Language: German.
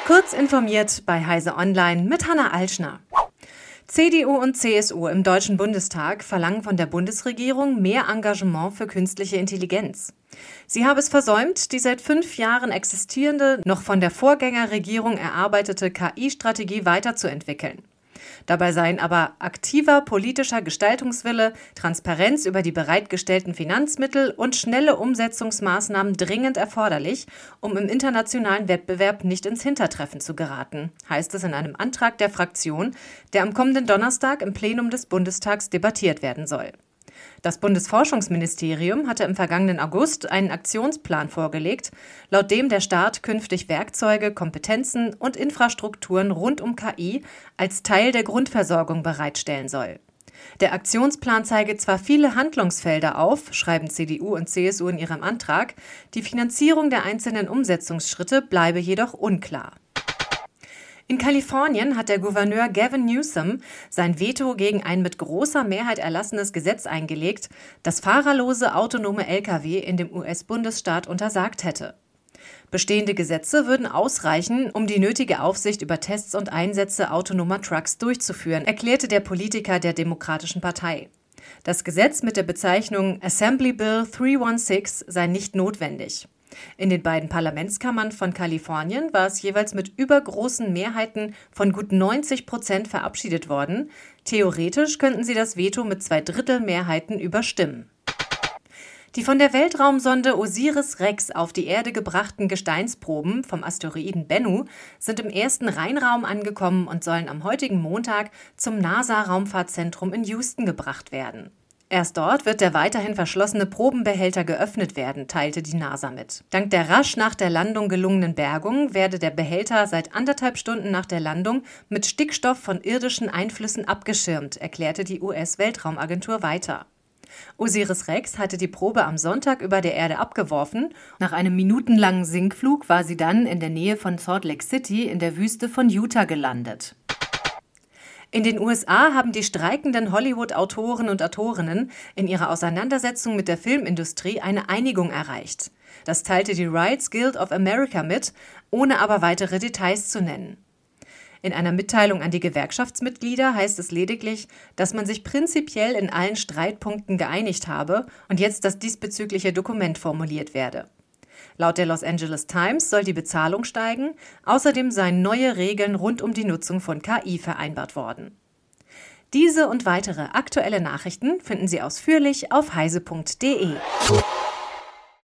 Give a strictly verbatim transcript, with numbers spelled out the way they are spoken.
Kurz informiert bei Heise Online mit Hanna Alschner. C D U und C S U im Deutschen Bundestag verlangen von der Bundesregierung mehr Engagement für künstliche Intelligenz. Sie habe es versäumt, die seit fünf Jahren existierende, noch von der Vorgängerregierung erarbeitete K I-Strategie weiterzuentwickeln. Dabei seien aber aktiver politischer Gestaltungswille, Transparenz über die bereitgestellten Finanzmittel und schnelle Umsetzungsmaßnahmen dringend erforderlich, um im internationalen Wettbewerb nicht ins Hintertreffen zu geraten, heißt es in einem Antrag der Fraktion, der am kommenden Donnerstag im Plenum des Bundestags debattiert werden soll. Das Bundesforschungsministerium hatte im vergangenen August einen Aktionsplan vorgelegt, laut dem der Staat künftig Werkzeuge, Kompetenzen und Infrastrukturen rund um K I als Teil der Grundversorgung bereitstellen soll. Der Aktionsplan zeige zwar viele Handlungsfelder auf, schreiben C D U und C S U in ihrem Antrag, die Finanzierung der einzelnen Umsetzungsschritte bleibe jedoch unklar. In Kalifornien hat der Gouverneur Gavin Newsom sein Veto gegen ein mit großer Mehrheit erlassenes Gesetz eingelegt, das fahrerlose autonome L K W in dem U S-Bundesstaat untersagt hätte. Bestehende Gesetze würden ausreichen, um die nötige Aufsicht über Tests und Einsätze autonomer Trucks durchzuführen, erklärte der Politiker der Demokratischen Partei. Das Gesetz mit der Bezeichnung Assembly Bill dreihundertsechzehn sei nicht notwendig. In den beiden Parlamentskammern von Kalifornien war es jeweils mit übergroßen Mehrheiten von gut neunzig Prozent verabschiedet worden. Theoretisch könnten sie das Veto mit Zweidrittelmehrheiten überstimmen. Die von der Weltraumsonde Osiris-Rex auf die Erde gebrachten Gesteinsproben vom Asteroiden Bennu sind im ersten Rheinraum angekommen und sollen am heutigen Montag zum NASA-Raumfahrtzentrum in Houston gebracht werden. Erst dort wird der weiterhin verschlossene Probenbehälter geöffnet werden, teilte die NASA mit. Dank der rasch nach der Landung gelungenen Bergung werde der Behälter seit anderthalb Stunden nach der Landung mit Stickstoff von irdischen Einflüssen abgeschirmt, erklärte die U S-Weltraumagentur weiter. Osiris-Rex hatte die Probe am Sonntag über der Erde abgeworfen. Nach einem minutenlangen Sinkflug war sie dann in der Nähe von Salt Lake City in der Wüste von Utah gelandet. In den U S A haben die streikenden Hollywood-Autoren und Autorinnen in ihrer Auseinandersetzung mit der Filmindustrie eine Einigung erreicht. Das teilte die Writers Guild of America mit, ohne aber weitere Details zu nennen. In einer Mitteilung an die Gewerkschaftsmitglieder heißt es lediglich, dass man sich prinzipiell in allen Streitpunkten geeinigt habe und jetzt das diesbezügliche Dokument formuliert werde. Laut der Los Angeles Times soll die Bezahlung steigen, außerdem seien neue Regeln rund um die Nutzung von K I vereinbart worden. Diese und weitere aktuelle Nachrichten finden Sie ausführlich auf heise punkt de.